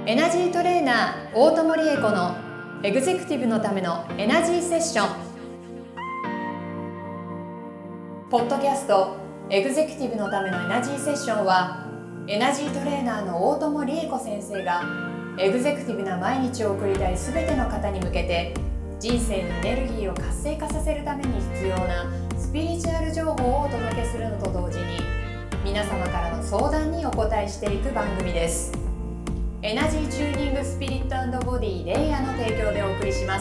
エナジートレーナー大友理恵子のエグゼクティブのためのエナジーセッション。ポッドキャストエグゼクティブのためのエナジーセッションは、エナジートレーナーの大友理恵子先生がエグゼクティブな毎日を送りたいすべての方に向けて、人生にエネルギーを活性化させるために必要なスピリチュアル情報をお届けするのと同時に、皆様からの相談にお答えしていく番組です。エナジーチューニングスピリット&ボディレイヤーの提供でお送りします。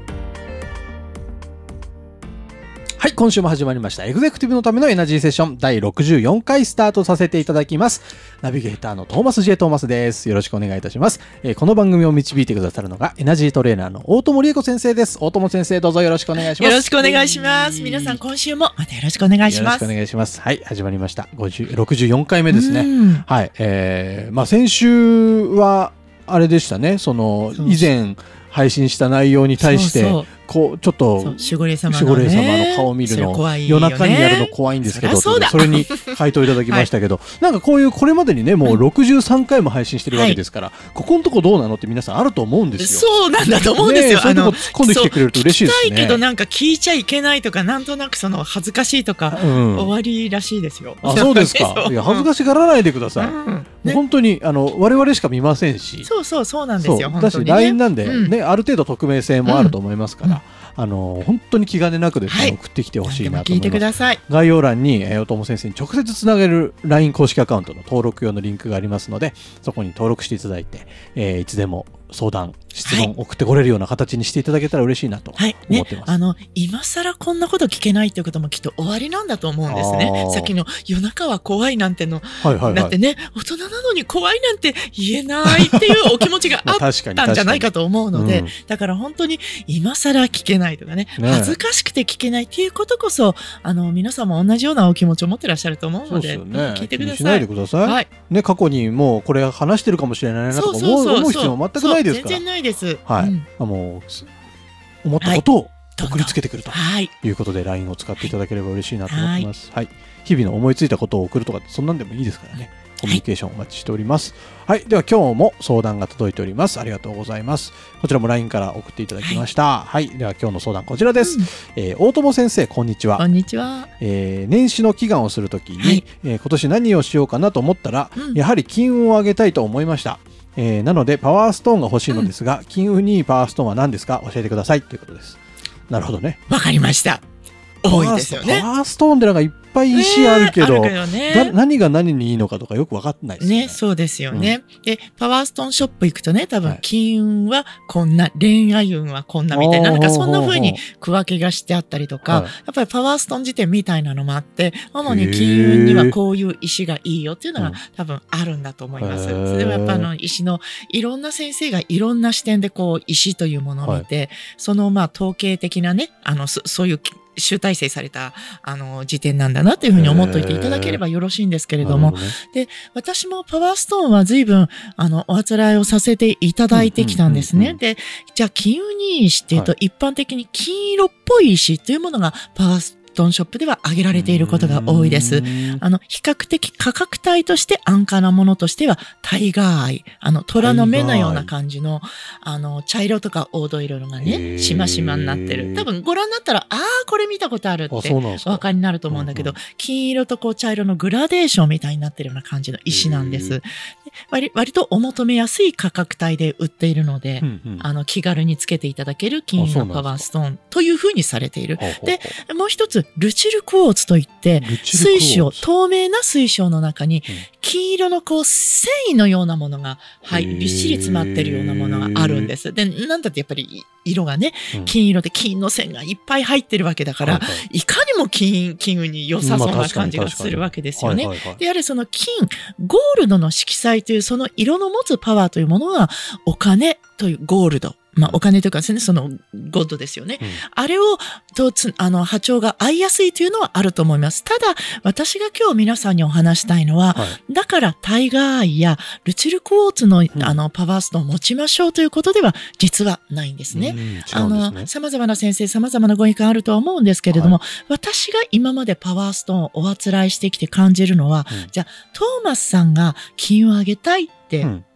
はい、今週も始まりましたエグゼクティブのためのエナジーセッション第64回スタートさせていただきます。ナビゲーターのトーマス J トーマスです。よろしくお願いいたします。この番組を導いてくださるのがエナジートレーナーの大友理恵子先生です。大友先生、どうぞよろしくお願いします。 よろしくお願いします。皆さん今週もまたよろしくお願いします。 よろしくお願いします。はい、始まりました。64回目ですね。はい、先週はあれでしたね。以前配信した内容に対してこうちょっと守護霊様の顔を見るの夜中にやるの怖いんですけど、それに回答いただきましたけど、なんかこれまでにねもう63回も配信してるわけですから、ここのとこどうなのって皆さんあると思うんですよ。 そうなんだと思うんですよ。 そういうとこ突っ込んできてくれると嬉しいですね。 聞きたいけどなんか聞いちゃいけないとか、なんとなく恥ずかしいとか、終わりらしいですよ。 あ、そうですか。いや恥ずかしがらないでください。本当に我々しか見ませんし。 そうなんですよ。 だし LINE なんでね、ある程度匿名性もあると思いますから。本当に気兼ねなくですね、送ってきてほしいなと思います。 聞いてください。 概要欄に大友先生に直接つなげる LINE 公式アカウントの登録用のリンクがありますので、そこに登録していただいて、いつでも相談質問送ってこれるような形にしていただけたら嬉しいなと思ってます。 今更こんなこと聞けないっていうこともきっと終わりなんだと思うんですね。さっきの夜中は怖いなんての、だってね、大人なのに怖いなんて言えないっていうお気持ちがあったんじゃないかと思うので、だから本当に今更聞けないとかね、恥ずかしくて聞けないっていうことこそ、皆さんも同じようなお気持ちを持ってらっしゃると思うので、聞いてください。気にしないでください。 はい。ね、過去にもうこれ話してるかもしれないなとか思う必要は全くないですから。 全然ないです。 はい。もう思ったことを送りつけてくるということで LINE を使っていただければ嬉しいなと思ってます。はい。日々の思いついたことを送るとかそんなんでもいいですからね。コミュニケーションお待ちしております。はい。では今日も相談が届いております。ありがとうございます。こちらも LINE から送っていただきました。はい。では今日の相談こちらです。大友先生、こんにちは。 こんにちは。 年始の祈願をするときに、今年何をしようかなと思ったら、やはり金運を上げたいと思いました。なのでパワーストーンが欲しいのですが、金運にいいパワーストーンは何ですか、教えてくださいということです。なるほどね。 わかりました。多いですよね。 パワーストーンってのがいっぱい石あるけど、何が何にいいのかとかよく分かってないですね。 そうですよね。で、パワーストーンショップ行くとね、多分金運はこんな、恋愛運はこんなみたいな、なんかそんな風に区分けがしてあったりとか、やっぱりパワーストーン辞典みたいなのもあって、主に金運にはこういう石がいいよっていうのが多分あるんだと思います。それはやっぱ石のいろんな先生がいろんな視点でこう石というものを見て、その統計的なね、そういう集大成された辞典なんだなというふうに思っておいていただければよろしいんですけれども、で、私もパワーストーンは随分おあつらいをさせていただいてきたんですね。で、じゃあ金運にいい石っていうと、一般的に金色っぽい石というものがパワーストーンショップでは挙げられていることが多いです。比較的価格帯として安価なものとしては、タイガーアイ、虎の目のような感じの、茶色とか黄土色のがね、しましまになってる。多分ご覧になったら、これ見たことあるってお分かりになると思うんだけど、金色とこう茶色のグラデーションみたいになってるような感じの石なんです。割とお求めやすい価格帯で売っているので、気軽につけていただける金のパワーストーンというふうにされている。で、もう一つ、ルチルクォーツといって、水晶、透明な水晶の中に、金色のこう繊維のようなものが、びっしり詰まってるようなものがあるんです。で、なんだってやっぱり色がね、金色で金の線がいっぱい入ってるわけだから、いかにも金運に良さそうな感じがするわけですよね。で、やはりそのゴールドの色彩というその色の持つパワーというものが、お金というゴールド。お金というかですね、そのゴッドですよね。あれを波長が合いやすいというのはあると思います。ただ、私が今日皆さんにお話したいのは、だからタイガーアイやルチルクォーツのパワーストーンを持ちましょうということでは実はないんですね。様々な先生、様々なご意見あるとは思うんですけれども、私が今までパワーストーンをおあつらいしてきて感じるのは、じゃあ、トーマスさんが金を上げたいって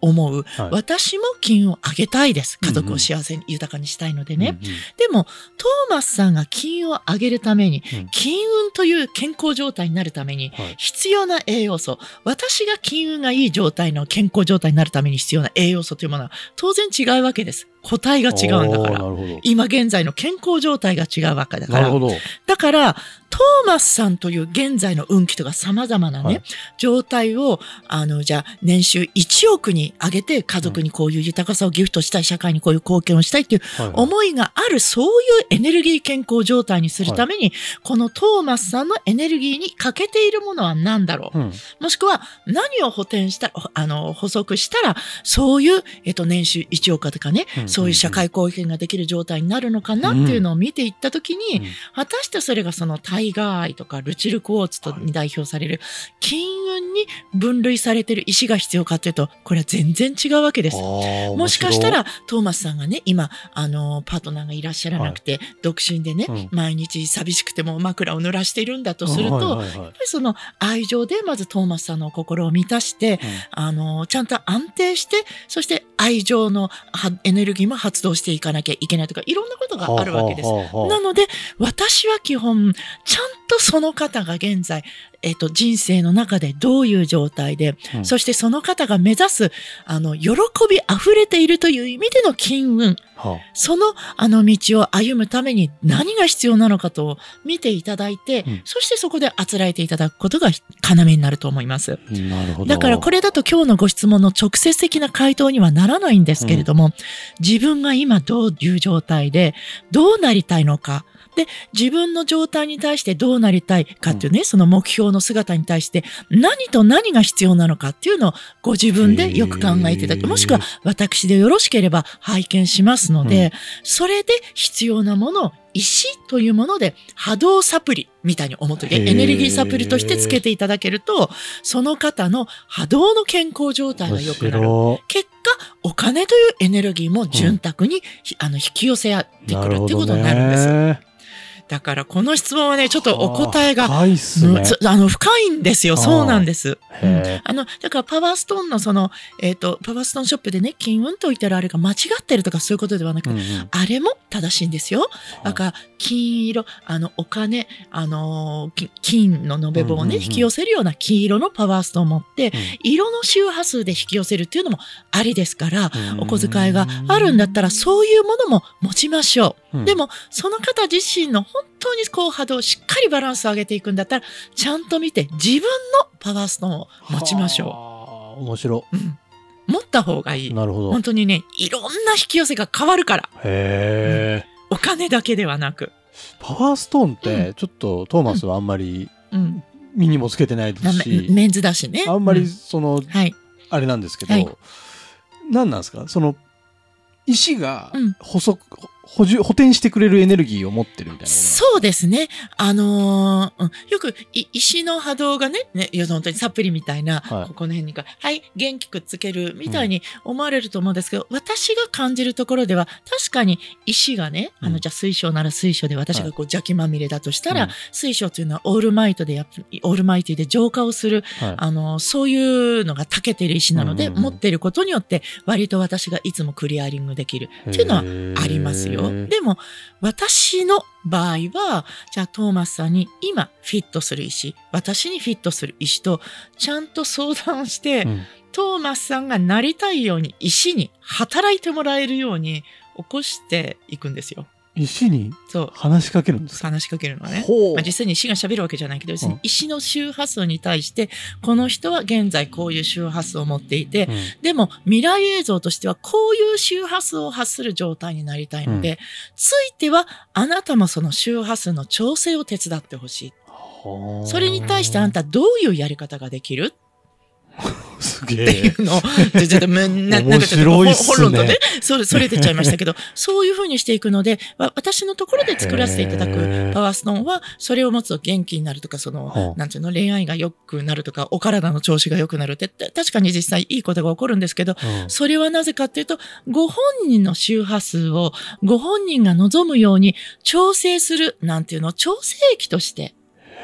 思う、私も金運を上げたいです。家族を幸せに豊かにしたいのでね。でも、トーマスさんが金運を上げるために、金運という健康状態になるために、必要な栄養素、私が金運がいい状態の健康状態になるために必要な栄養素というものは当然違うわけです。個体が違うんだから。今現在の健康状態が違うわけだから。だから、トーマスさんという現在の運気とか様々なね、状態を、じゃあ、年収1億に上げて、家族にこういう豊かさをギフトしたい、社会にこういう貢献をしたいっていう思いがある、そういうエネルギー健康状態にするために、このトーマスさんのエネルギーに欠けているものは何だろう。もしくは、何を補足したら、そういう、年収1億とかね、そういう社会貢献ができる状態になるのかなっていうのを見ていったときに、果たしてそれがそのタイガーアイとかルチルクォーツに代表される金運に分類されている石が必要かというと、これは全然違うわけです。もしかしたらトーマスさんがね、今パートナーがいらっしゃらなくて、独身でね、毎日寂しくても枕を濡らしているんだとすると、やっぱりその愛情でまずトーマスさんの心を満たして、ちゃんと安定して、そして愛情のエネルギーも発動していかなきゃいけないとか、いろんなことがあるわけです。なので、私は基本、ちゃんとその方が現在、人生の中でどういう状態で、そしてその方が目指す、喜び溢れているという意味での金運、その、道を歩むために何が必要なのかと見ていただいて、そしてそこであつらえていただくことが要になると思います。 なるほど。 だからこれだと今日のご質問の直接的な回答にはならないんですけれども、自分が今どういう状態で、どうなりたいのか、で、自分の状態に対してどうなりたいかっていうね、その目標の姿に対して何と何が必要なのかっていうのをご自分でよく考えていただく。もしくは私でよろしければ拝見しますので、それで必要なものを石というもので波動サプリみたいに思ってエネルギーサプリとしてつけていただけると、その方の波動の健康状態が良くなる。結果、お金というエネルギーも潤沢に、引き寄せてくるっていうことになるんです。だからこの質問はね、ちょっとお答えが深いんですよ。そうなんです。だからパワーストーンのパワーストーンショップでね、金運と言ったらあれが間違ってるとかそういうことではなく、あれも正しいんですよ。だから金色、お金、金の延べ棒をね、引き寄せるような金色のパワーストーンを持って、色の周波数で引き寄せるっていうのもありですから、お小遣いがあるんだったらそういうものも持ちましょう。でも、その方自身の本当に波動をしっかりバランスを上げていくんだったら、ちゃんと見て自分のパワーストーンを持ちましょう。面白い。 持った方がいい。 なるほど。 本当にね、いろんな引き寄せが変わるから。お金だけではなく。 パワーストーンって、ちょっとトーマスはあんまり身にもつけてないですし、 メンズだしね。 あんまりあれなんですけど、何なんですか、その石が補填してくれるエネルギーを持ってるみたいな。 そうですね。よく石の波動がね、本当にサプリみたいな、ここの辺に元気くっつけるみたいに思われると思うんですけど、私が感じるところでは、確かに石がね、じゃあ水晶なら水晶で私が邪気まみれだとしたら、水晶というのはオールマイティで浄化をする、そういうのが長けている石なので、持っていることによって、割と私がいつもクリアリングできるっていうのはありますよ。でも、私の場合は、じゃあトーマスさんに今フィットする石、私にフィットする石とちゃんと相談して、トーマスさんがなりたいように石に働いてもらえるように起こしていくんですよ。 石に話しかけるんですか？ 話しかけるのはね。実際に石が喋るわけじゃないけど、石の周波数に対して、この人は現在こういう周波数を持っていて、でも未来映像としてはこういう周波数を発する状態になりたいので、ついてはあなたもその周波数の調整を手伝ってほしい。それに対してあなたどういうやり方ができる？ すげえ。 っていうのを、ちょっと、なんかちょっと本論とね、それ出ちゃいましたけど、そういう風にしていくので、私のところで作らせていただくパワーストーンは、それを持つと元気になるとか、なんていうの、恋愛が良くなるとか、お体の調子が良くなるって、確かに実際いいことが起こるんですけど、それはなぜかっていうと、ご本人の周波数を、ご本人が望むように調整する、なんていうの、調整器として、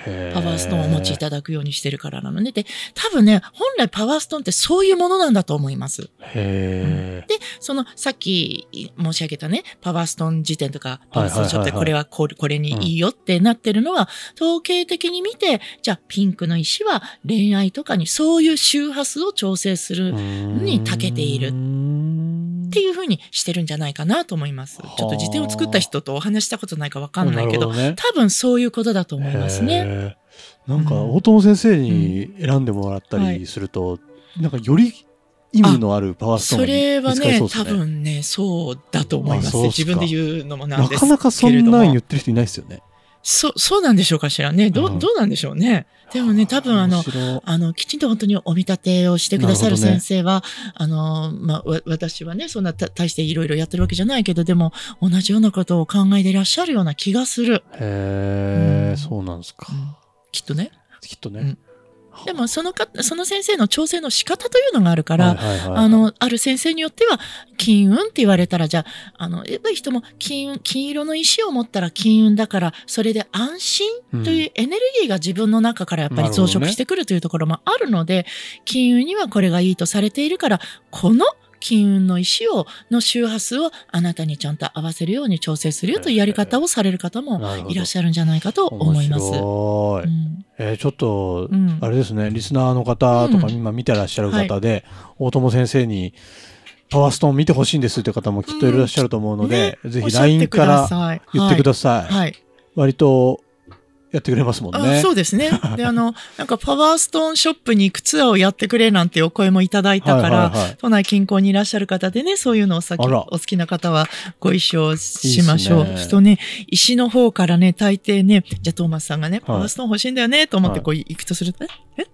パワーストーンをお持ちいただくようにしてるからなので、で、多分ね、本来パワーストーンってそういうものなんだと思います。で、さっき申し上げたね、パワーストーン辞典とか、パワーストーンショップでこれはこれにいいよってなってるのは、統計的に見て、じゃあピンクの石は恋愛とかにそういう周波数を調整するのに長けているっていう風にしてるんじゃないかなと思います。ちょっと辞典を作った人とお話したことないかわかんないけど、多分そういうことだと思いますね。 なんか大友先生に選んでもらったりすると、なんかより意味のあるパワーストーンが見つかりそうですね。 それはね、多分ね、そうだと思います。自分で言うのもなんですけれども。 なかなかそんなん言ってる人いないですよね。 そうなんでしょうかしらね。どうなんでしょうね。でもね、多分きちんと本当にお見立てをしてくださる先生は、私はね、そんな大していろいろやってるわけじゃないけど、でも同じようなことを考えていらっしゃるような気がする。 そうなんですか。 きっとね。 うんでもその先生の調整の仕方というのがあるから、ある先生によっては金運って言われたら、じゃあ、やっぱり人も金色の石を持ったら金運だから、それで安心というエネルギーが自分の中からやっぱり増殖してくるというところもあるので、金運にはこれがいいとされているから、この金運の石の周波数をあなたにちゃんと合わせるように調整するよというやり方をされる方もいらっしゃるんじゃないかと思います。ちょっと、あれですね、リスナーの方とか今見てらっしゃる方で、大友先生にパワーストーン見てほしいんですという方もきっといらっしゃると思うので、ぜひ LINE から言ってください。割とやってくれますもんね。 そうですね。で、なんかパワーストーンショップに行くツアーをやってくれなんてお声もいただいたから、都内近郊にいらっしゃる方でね、そういうのをお好きな方はご一緒しましょう。きっとね、石の方からね、大抵ね、じゃあトーマスさんがね、パワーストーン欲しいんだよね、と思ってこう行くとすると、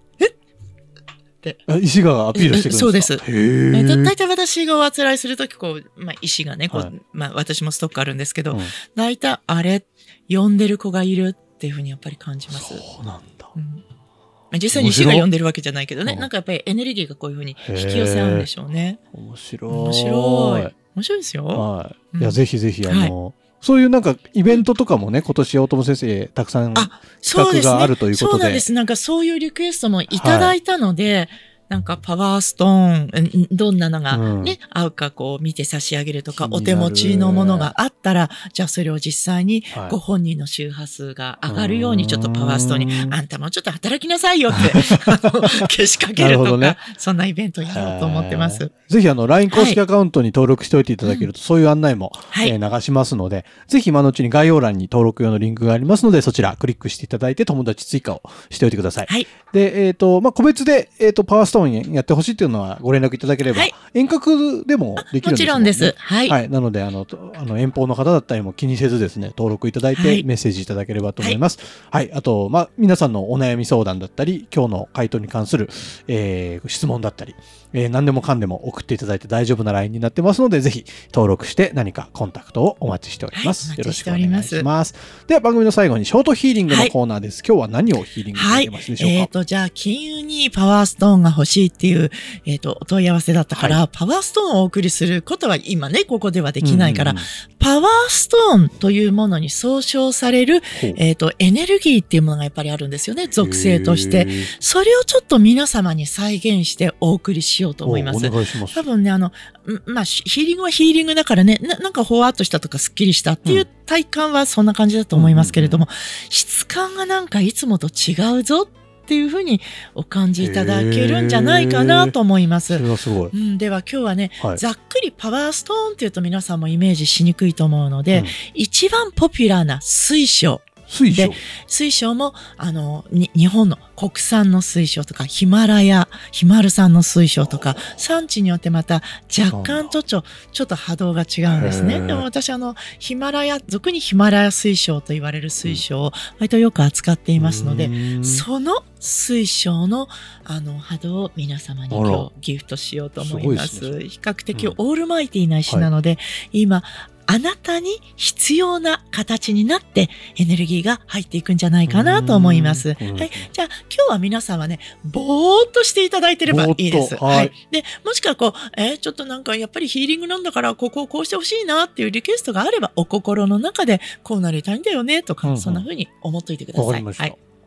石がアピールしてくるんですか？ そうです。大体私がおあつらいするとき、石がね、私もストックあるんですけど、大体あれ、呼んでる子がいるっていうふうにやっぱり感じます。 そうなんだ。 実際に石が呼んでるわけじゃないけどね、なんかやっぱりエネルギーがこういうふうに引き寄せ合うんでしょうね。 面白い。 面白いですよ。 いや、ぜひぜひ、そういうなんかイベントとかもね、今年大友先生たくさん企画があるということで。 そうなんです。なんかそういうリクエストもいただいたので、なんかパワーストーン、どんなのがね、合うかこう見て差し上げるとか、お手持ちのものがあったら、じゃあそれを実際にご本人の周波数が上がるようにちょっとパワーストーンに、あんたもちょっと働きなさいよってけしかけるとか、そんなイベントやろうと思ってます。 ぜひLINE 公式アカウントに登録しておいていただけると、そういう案内も流しますので、ぜひ今のうちに概要欄に登録用のリンクがありますので、そちらクリックしていただいて友達追加をしておいてください。で、個別で、パワーストーンやってほしいっていうのはご連絡いただければ、遠隔でもできるんですもんね。もちろんです。なので、遠方の方だったりも気にせずですね、登録いただいてメッセージいただければと思います。あと、皆さんのお悩み相談だったり、今日の回答に関する、質問だったり、何でもかんでも送っていただいて大丈夫な LINE になってますので、ぜひ登録して何かコンタクトをお待ちしております。よろしくお願いします。では番組の最後にショートヒーリングのコーナーです。今日は何をヒーリングいただけますでしょうか？ じゃあ、金運にパワーストーンが欲しいっていう、お問い合わせだったから、パワーストーンをお送りすることは今ね、ここではできないから、パワーストーンというものに総称される、エネルギーっていうものがやっぱりあるんですよね、属性として。それをちょっと皆様に再現してお送りしようと思います。 お願いします。 多分ね、ヒーリングはヒーリングだからね、なんかほわっとしたとかスッキリしたっていう体感はそんな感じだと思いますけれども、質感がなんかいつもと違うぞっていうふうにお感じいただけるんじゃないかなと思います。 それはすごい。 では今日はね、ざっくりパワーストーンっていうと皆さんもイメージしにくいと思うので、一番ポピュラーな水晶。水晶も、日本の国産の水晶とか、ヒマル産の水晶とか、産地によってまた若干ちょっと波動が違うんですね。でも私俗にヒマラヤ水晶と言われる水晶を割とよく扱っていますので、その水晶の波動を皆様に今日ギフトしようと思います。比較的オールマイティーな石なので、今、あなたに必要な形になってエネルギーが入っていくんじゃないかなと思います。じゃあ今日は皆さんはね、ぼーっとしていただいてればいいです。で、もしくはちょっとなんかやっぱりヒーリングなんだからここをこうしてほしいなっていうリクエストがあれば、お心の中でこうなりたいんだよねとか、そんな風に思っといてください。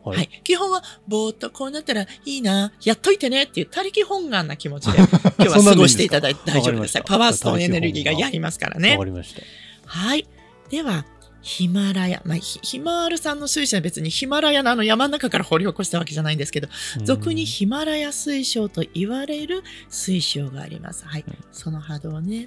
はい。基本は、ぼーっとこうなったらいいな、やっといてねっていう、他力本願な気持ちで、今日は過ごしていただいて大丈夫です。パワーストーンエネルギーがやりますからね。 わかりました。 はい。では、ヒマラヤ。ヒマールさんの水晶は別にヒマラヤの山の中から掘り起こしたわけじゃないんですけど、俗にヒマラヤ水晶と言われる水晶があります。はい。その波動ね。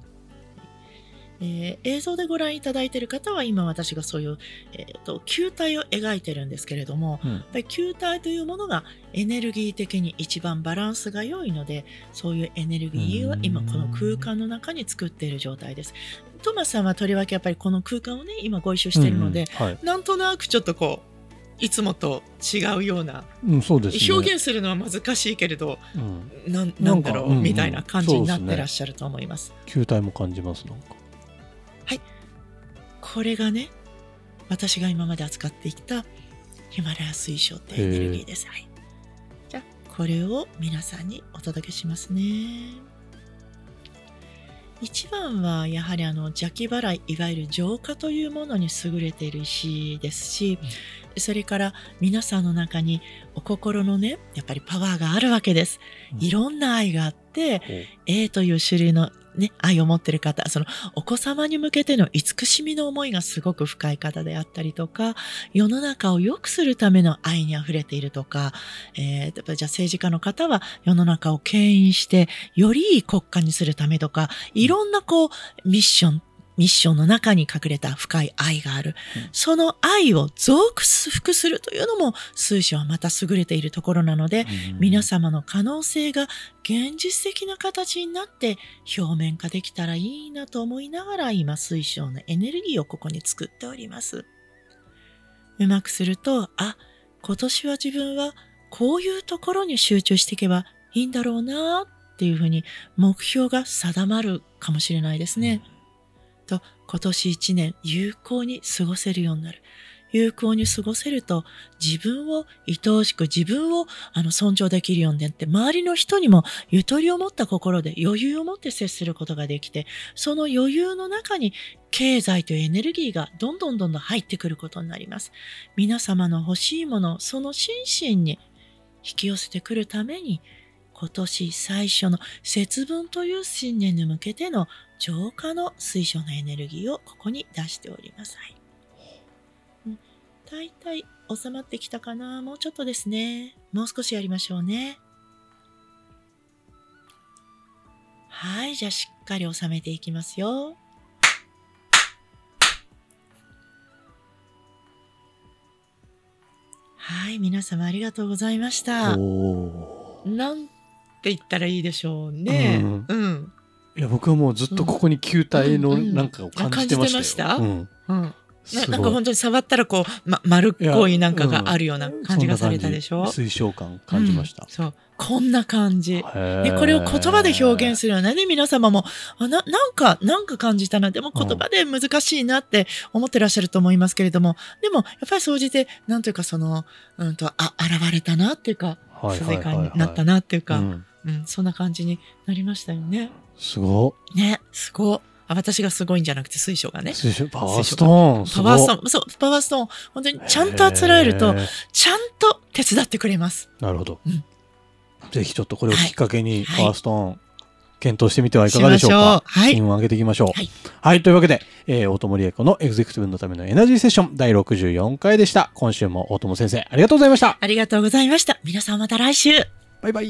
映像でご覧いただいている方は今私がそういう、球体を描いてるんですけれども、やっぱり球体というものがエネルギー的に一番バランスが良いので、そういうエネルギーは今この空間の中に作っている状態です。トマスさんはとりわけやっぱりこの空間をね今ご一緒しているので、なんとなくちょっとこういつもと違うような、 そうですね、 表現するのは難しいけれど、なんだろう、みたいな感じになってらっしゃると思います。 球体も感じます。なんかはい、これがね私が今まで扱ってきたヒマラヤ水晶ってエネルギーです。はい、じゃあこれを皆さんにお届けしますね。一番はやはり邪気払い、いわゆる浄化というものに優れている石ですし、それから皆さんの中にお心のねやっぱりパワーがあるわけです。いろんな愛があって、A という種類のね、愛を持っている方、そのお子様に向けての慈しみの思いがすごく深い方であったりとか、世の中を良くするための愛にあふれているとか、じゃあ政治家の方は世の中を牽引してよりいい国家にするためとか、いろんなこうミッションの中に隠れた深い愛がある。その愛を増幅するというのも水晶はまた優れているところなので、皆様の可能性が現実的な形になって表面化できたらいいなと思いながら今水晶のエネルギーをここに作っております。うまくすると、今年は自分はこういうところに集中していけばいいんだろうなっていうふうに目標が定まるかもしれないですね。と今年1年有効に過ごせるようになる。有効に過ごせると自分を愛おしく、自分を尊重できるようになって、周りの人にもゆとりを持った心で余裕を持って接することができて、その余裕の中に経済というエネルギーがどんどん入ってくることになります。皆様の欲しいものをその心身に引き寄せてくるために、今年最初の節分という新年に向けての浄化の水晶のエネルギーをここに出しております。はい。だいたい収まってきたかな。もうちょっとですね。もう少しやりましょうね。はい。じゃあしっかり収めていきますよ。はい。皆様ありがとうございました。なんて言ったらいいでしょうね。 いや僕はもうずっとここに球体のなんかを感じてましたよ。 なんか本当に触ったらこう、丸っこいなんかがあるような感じがされたでしょ。 水晶感感じました。 そう。こんな感じ。で、これを言葉で表現するようなね、皆様も、なんか感じたな。でも言葉で難しいなって思ってらっしゃると思いますけれども、でも、やっぱり総じて、なんというかその、現れたなっていうか、世界になったなっていうか、そんな感じになりましたよね。 すごい。ね、すごい。私がすごいんじゃなくて水晶がね。 パワーストーン。 パワーストーン。そう、パワーストーン。本当にちゃんとあつらえると、ちゃんと手伝ってくれます。 なるほど。ぜひちょっとこれをきっかけにパワーストーン検討してみてはいかがでしょうか。金を上げていきましょう。はい。というわけで、大友理恵子のエグゼクティブのためのエナジーセッション第64回でした。今週も大友先生ありがとうございました。 ありがとうございました。皆さんまた来週。 バイバイ。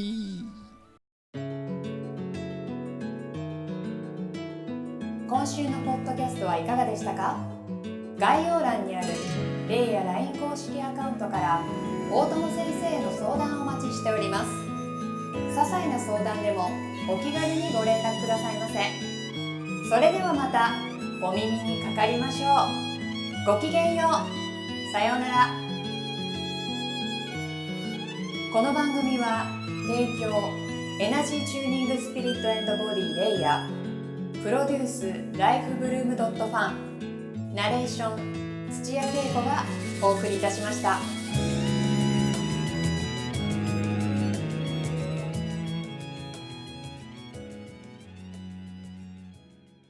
今週のポッドキャストはいかがでしたか？概要欄にあるレイや LINE 公式アカウントから大友先生への相談をお待ちしております。些細な相談でもお気軽にご連絡くださいませ。それではまたお耳にかかりましょう。ごきげんよう。さようなら。この番組は提供エナジーチューニングスピリット&ボディレイヤー、プロデュースライフブルームドットファン、ナレーション土屋恵子がお送りいたしました。